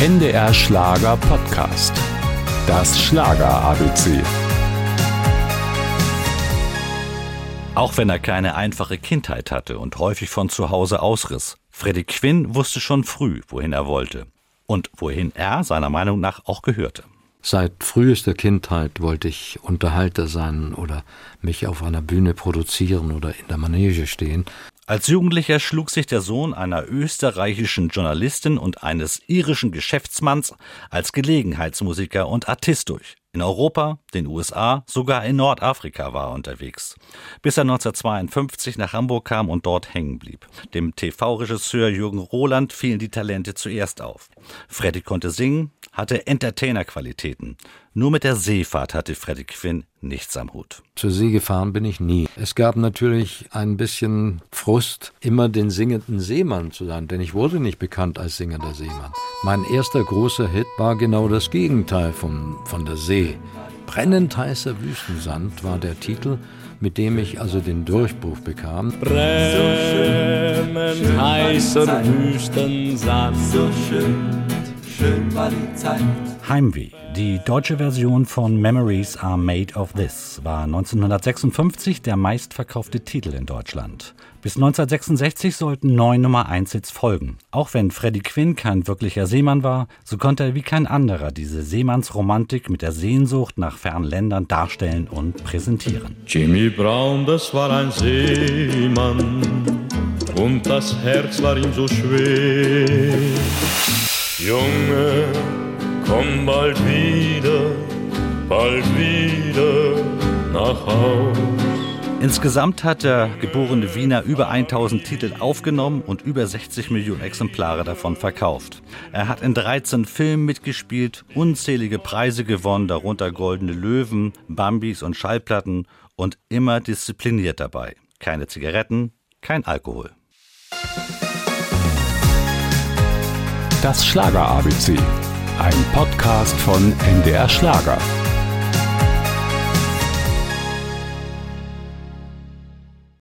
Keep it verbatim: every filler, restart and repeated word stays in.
N D R Schlager Podcast. Das Schlager-A B C. Auch wenn er keine einfache Kindheit hatte und häufig von zu Hause ausriss, Freddie Quinn wusste schon früh, wohin er wollte. Und wohin er seiner Meinung nach auch gehörte. Seit frühester Kindheit wollte ich Unterhalter sein oder mich auf einer Bühne produzieren oder in der Manege stehen. Als Jugendlicher schlug sich der Sohn einer österreichischen Journalistin und eines irischen Geschäftsmanns als Gelegenheitsmusiker und Artist durch. In Europa, den U S A, sogar in Nordafrika war er unterwegs. Bis er neunzehnhundertzweiundfünfzig nach Hamburg kam und dort hängen blieb. Dem T V-Regisseur Jürgen Roland fielen die Talente zuerst auf. Freddie konnte singen, hatte Entertainer-Qualitäten. Nur mit der Seefahrt hatte Freddie Quinn nichts am Hut. Zur See gefahren bin ich nie. Es gab natürlich ein bisschen Frust, immer den singenden Seemann zu sein, denn ich wurde nicht bekannt als singender Seemann. Mein erster großer Hit war genau das Gegenteil von, von der See. Brennend heißer Wüstensand war der Titel, mit dem ich also den Durchbruch bekam. Brennend heißer Wüstensand, so schön, schön war die Zeit. Heimweh, die deutsche Version von Memories Are Made of This, war neunzehnhundertsechsundfünfzig der meistverkaufte Titel in Deutschland. Bis neunzehnhundertsechsundsechzig sollten neun Nummer eins Hits folgen. Auch wenn Freddie Quinn kein wirklicher Seemann war, so konnte er wie kein anderer diese Seemannsromantik mit der Sehnsucht nach fernen Ländern darstellen und präsentieren. Jimmy Brown, das war ein Seemann und das Herz war ihm so schwer. Junge, komm bald wieder, bald wieder nach Haus. Insgesamt hat der geborene Wiener über tausend Titel aufgenommen und über sechzig Millionen Exemplare davon verkauft. Er hat in dreizehn Filmen mitgespielt, unzählige Preise gewonnen, darunter Goldene Löwen, Bambis und Schallplatten und immer diszipliniert dabei. Keine Zigaretten, kein Alkohol. Das Schlager-A B C. Ein Podcast von N D R Schlager.